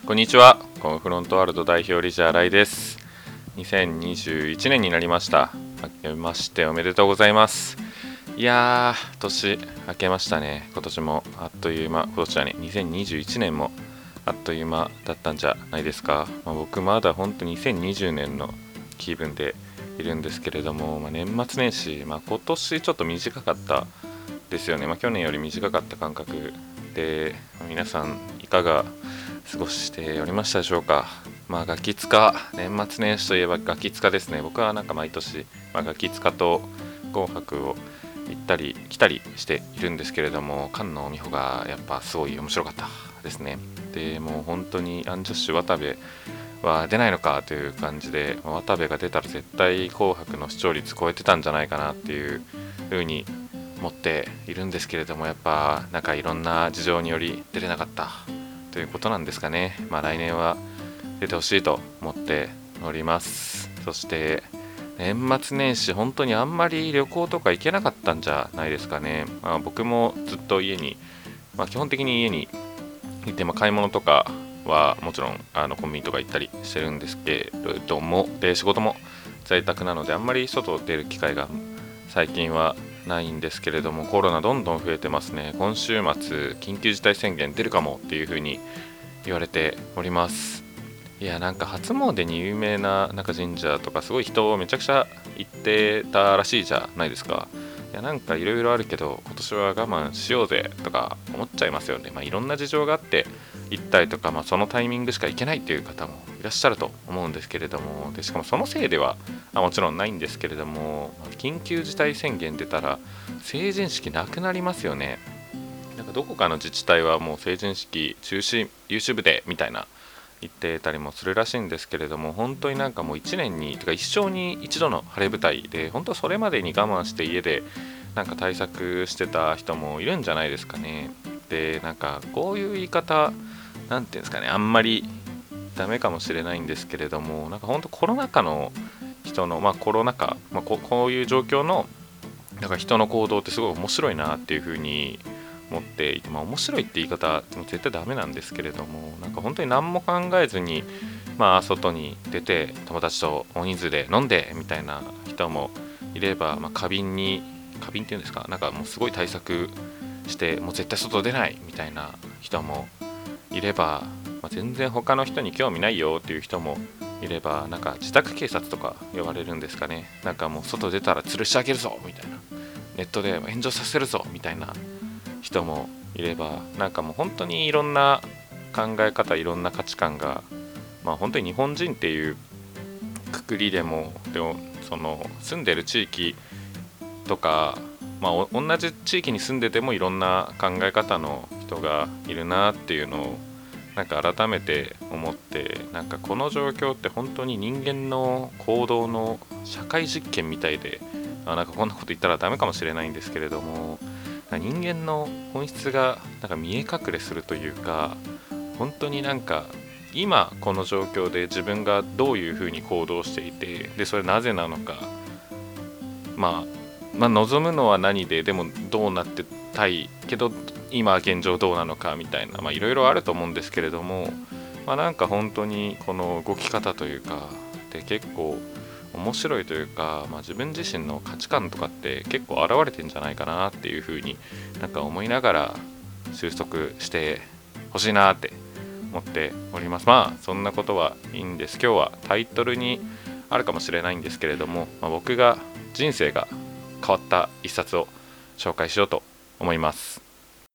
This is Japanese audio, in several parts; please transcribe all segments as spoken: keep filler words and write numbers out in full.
こんにちは。コンフロントワールド代表理事新井です。にせんにじゅういちねんになりました。明けましておめでとうございます。いやー、年明けましたね。今年もあっという間、今年はね、にせんにじゅういちねんもあっという間だったんじゃないですか。まあ、僕まだ本当にせんにじゅうねんの気分でいるんですけれども、まあ、年末年始、まあ、今年ちょっと短かったですよね。まあ、去年より短かった感覚で、まあ、皆さんいかが過ごしておりましたでしょうか。まあ、ガキ使、年末年始といえばガキ使ですね。僕はなんか毎年、まあ、ガキ使と紅白を行ったり来たりしているんですけれども、菅野美穂がやっぱすごい面白かったですね。でもう本当にアンジャッシュ渡部は出ないのかという感じで、渡部が出たら絶対紅白の視聴率超えてたんじゃないかなっていう風に思っているんですけれども、やっぱなんかいろんな事情により出れなかったということなんですかね。まあ来年は出てほしいと思っております。そして年末年始本当にあんまり旅行とか行けなかったんじゃないですかね。まあ、僕もずっと家に、まあ、基本的に家にいて、まあ、買い物とかはもちろんあのコンビニとか行ったりしてるんですけれども、で仕事も在宅なのであんまり外出る機会が最近はないんですけれども、コロナどんどん増えてますね。今週末緊急事態宣言出るかもっていう風に言われております。いや、なんか初詣に有名ななんか神社とかすごい人めちゃくちゃ行ってたらしいじゃないですか。いや、なんかいろいろあるけど今年は我慢しようぜとか思っちゃいますよね。まあいろんな事情があって行ったりとか、まあ、そのタイミングしか行けないっていう方もいらっしゃると思うんですけれども、でしかもそのせいではあもちろんないんですけれども、緊急事態宣言出たら成人式なくなりますよね。なんかどこかの自治体はもう成人式中止 YouTube でみたいな言ってたりもするらしいんですけれども、本当になんかもういちねんにとか一生に一度の晴れ舞台で、本当それまでに我慢して家でなんか対策してた人もいるんじゃないですかね。でなんかこういう言い方なんていうんですかね、あんまりダメかもしれないんですけれども、なんか本当コロナ禍の人の、まあコロナ禍、まあ、こ, こういう状況のなんか人の行動ってすごい面白いなっていう風に思っていて、まあ面白いって言い方でも絶対ダメなんですけれども、なんか本当に何も考えずに、まあ外に出て友達と大人数で飲んでみたいな人もいれば、まあ、過敏に過敏っていうんですか、なんかもうすごい対策してもう絶対外出ないみたいな人もいれば、まあ、全然他の人に興味ないよっていう人もいれば、なんか自宅警察とか呼ばれるんですかね。なんかもう外出たら吊るし上げるぞみたいな、ネットで炎上させるぞみたいな人もいれば、なんかもう本当にいろんな考え方、いろんな価値観が、まあ本当に日本人っていうくくりでも、でもその住んでる地域とか、まあ、同じ地域に住んでてもいろんな考え方の人がいるなっていうのをなんか改めて思って、なんかこの状況って本当に人間の行動の社会実験みたいで、あなんかこんなこと言ったらダメかもしれないんですけれども、人間の本質がなんか見え隠れするというか、本当になんか今この状況で自分がどういうふうに行動していて、でそれなぜなのか、まあまあ、望むのは何で、でもどうなってたいけど今現状どうなのかみたいな、まあいろいろあると思うんですけれども、まあ、なんか本当にこの動き方というかで結構面白いというか、まあ、自分自身の価値観とかって結構現れてんじゃないかなっていうふうになんか思いながら収束してほしいなって思っております。まあそんなことはいいんです。今日はタイトルにあるかもしれないんですけれども、まあ、僕が人生が変わった一冊を紹介しようと思います。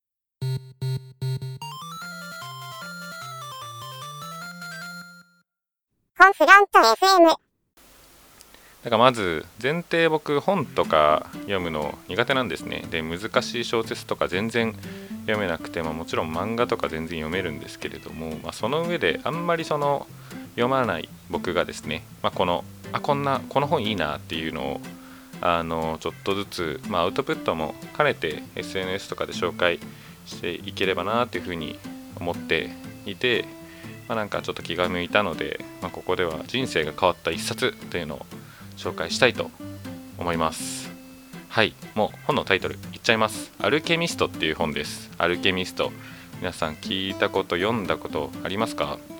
コンフロント エフエム。 だからまず前提、僕本とか読むの苦手なんですね。で難しい小説とか全然読めなくて、まあ、もちろん漫画とか全然読めるんですけれども、まあ、その上であんまりその読まない僕がですね、まあ、このあこんなこの本いいなっていうのをあのちょっとずつ、まあ、アウトプットも兼ねて エスエヌエス とかで紹介していければなというふうに思っていて、まあ、なんかちょっと気が向いたので、まあ、ここでは人生が変わった一冊というのを紹介したいと思います。はい、もう本のタイトル言っちゃいます。アルケミストっていう本です。アルケミスト、皆さん聞いたこと読んだことありますか？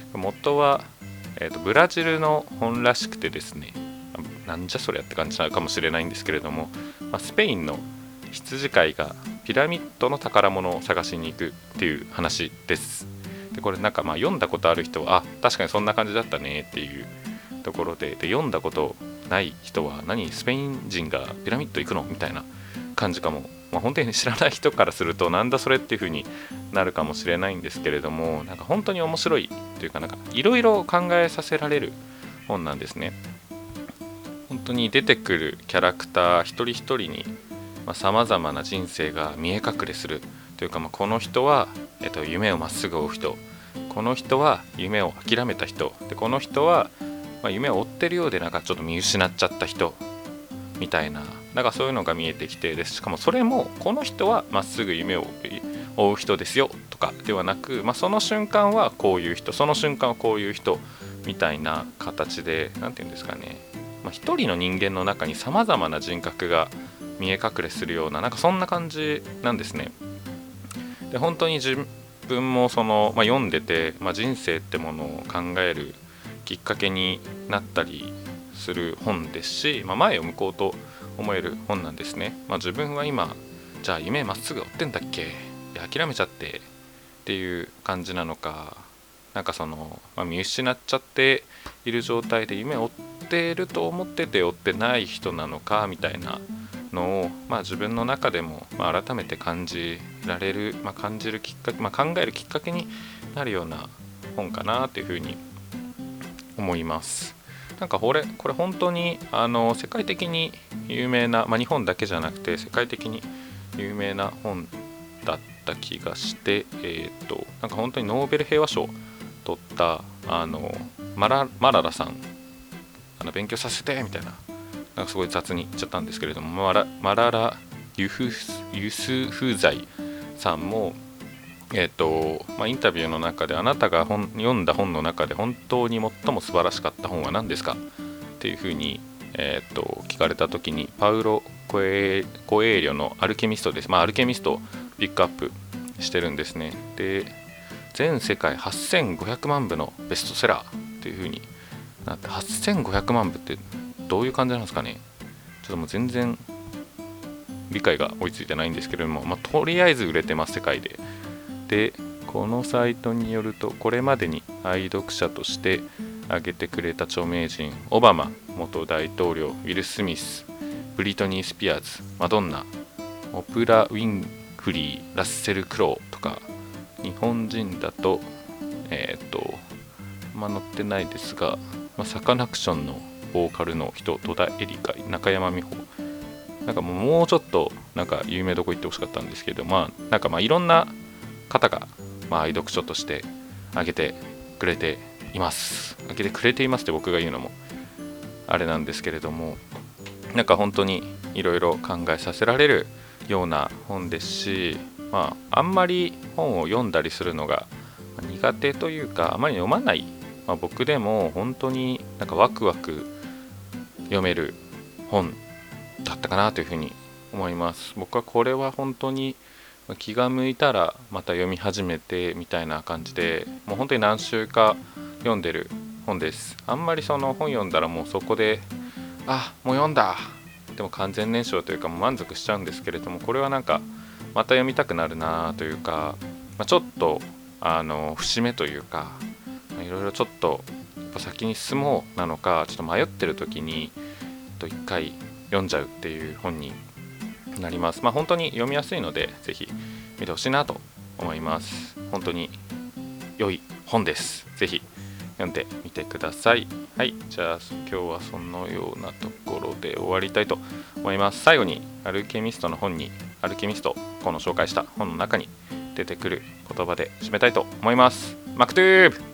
元は、えーと、ブラジルの本らしくてですね、なんじゃそりゃって感じなのかもしれないんですけれども、まあ、スペインの羊飼いがピラミッドの宝物を探しに行くっていう話です。でこれなんかまあ読んだことある人はあ確かにそんな感じだったねっていうところ で, で読んだことない人は何スペイン人がピラミッド行くのみたいな感じかも、まあ、本当に知らない人からするとなんだそれっていう風になるかもしれないんですけれども、なんか本当に面白いというか、なんかいろいろ考えさせられる本なんですね。本当に出てくるキャラクター一人一人にさまざまな人生が見え隠れするというか、まあ、この人は、えっと、夢をまっすぐ追う人、この人は夢を諦めた人で、この人は、まあ、夢を追ってるようでなんかちょっと見失っちゃった人みたいな、なんかそういうのが見えてきて、でしかもそれもこの人はまっすぐ夢を追う人ですよとかではなく、まあ、その瞬間はこういう人、その瞬間はこういう人みたいな形で、なんていうんですかね、まあ、一人の人間の中にさまざまな人格が見え隠れするような、なんかそんな感じなんですね。で本当に自分もその、まあ、読んでて、まあ、人生ってものを考えるきっかけになったりする本ですし、まあ、前を向こうと思える本なんですね。まあ、自分は今じゃあ夢まっすぐ追ってんだっけ、いや諦めちゃってっていう感じなのか、なんかその、まあ、見失っちゃっている状態で夢を追ってると思ってて追ってない人なのかみたいなのを、まあ、自分の中でも、まあ、改めて感じられる、まあ、感じるきっかけ、まあ、考えるきっかけになるような本かなというふうに思います。なんかこれこれ本当にあの世界的に有名な、まあ、日本だけじゃなくて世界的に有名な本だった気がして、えー、となんか本当にノーベル平和賞を取ったあのマラマララさん、あの勉強させてみたいな、なんかすごい雑に言っちゃったんですけれども、マラマララユフユスフザイさんも、えーとまあ、インタビューの中で、あなたが本読んだ本の中で本当に最も素晴らしかった本は何ですかっていうふうに、えー、と聞かれた時に、パウロ・コエコエーリョのアルケミストです。まあ、アルケミストをピックアップしてるんですね。で、全世界はっせんごひゃくまんぶのベストセラーっていうふうになって、はっせんごひゃくまんぶってどういう感じなんですかね。ちょっともう全然理解が追いついてないんですけれども、まあ、とりあえず売れてます、世界で。で、このサイトによると、これまでに愛読者として挙げてくれた著名人、オバマ元大統領、ウィル・スミス、ブリトニー・スピアーズ、マドンナ、オプラ・ウィンフリー、ラッセル・クロウとか、日本人だと、えっ、ー、と、まあ載ってないですが、まあ、サカナクションのボーカルの人、戸田恵梨香、中山美穂、なんかもうちょっとなんか有名どこ行ってほしかったんですけど、まあなんかまあいろんな方が、まあ、愛読書として挙げてくれています。挙げてくれていますって僕が言うのもあれなんですけれども、なんか本当にいろいろ考えさせられるような本ですし、まああんまり本を読んだりするのが苦手というか、あまり読まない、まあ、僕でも本当になんかワクワク読める本だったかなというふうに思います。僕はこれは本当に気が向いたらまた読み始めてみたいな感じで、もう本当に何週か読んでる本です。あんまりその本読んだらもうそこであもう読んだでも完全燃焼というかもう満足しちゃうんですけれども、これはなんかまた読みたくなるなというか、まあ、ちょっとあの節目というか、いろいろちょっとやっぱ先に進もうなのかちょっと迷ってる時に一回読んじゃうっていう本になります。まあ本当に読みやすいのでぜひ見てほしいなと思います。本当に良い本です。ぜひ読んでみてください。はい、じゃあ今日はそのようなところで終わりたいと思います。最後にアルケミストの本に、アルケミストこの紹介した本の中に出てくる言葉で締めたいと思います。マクトゥーブ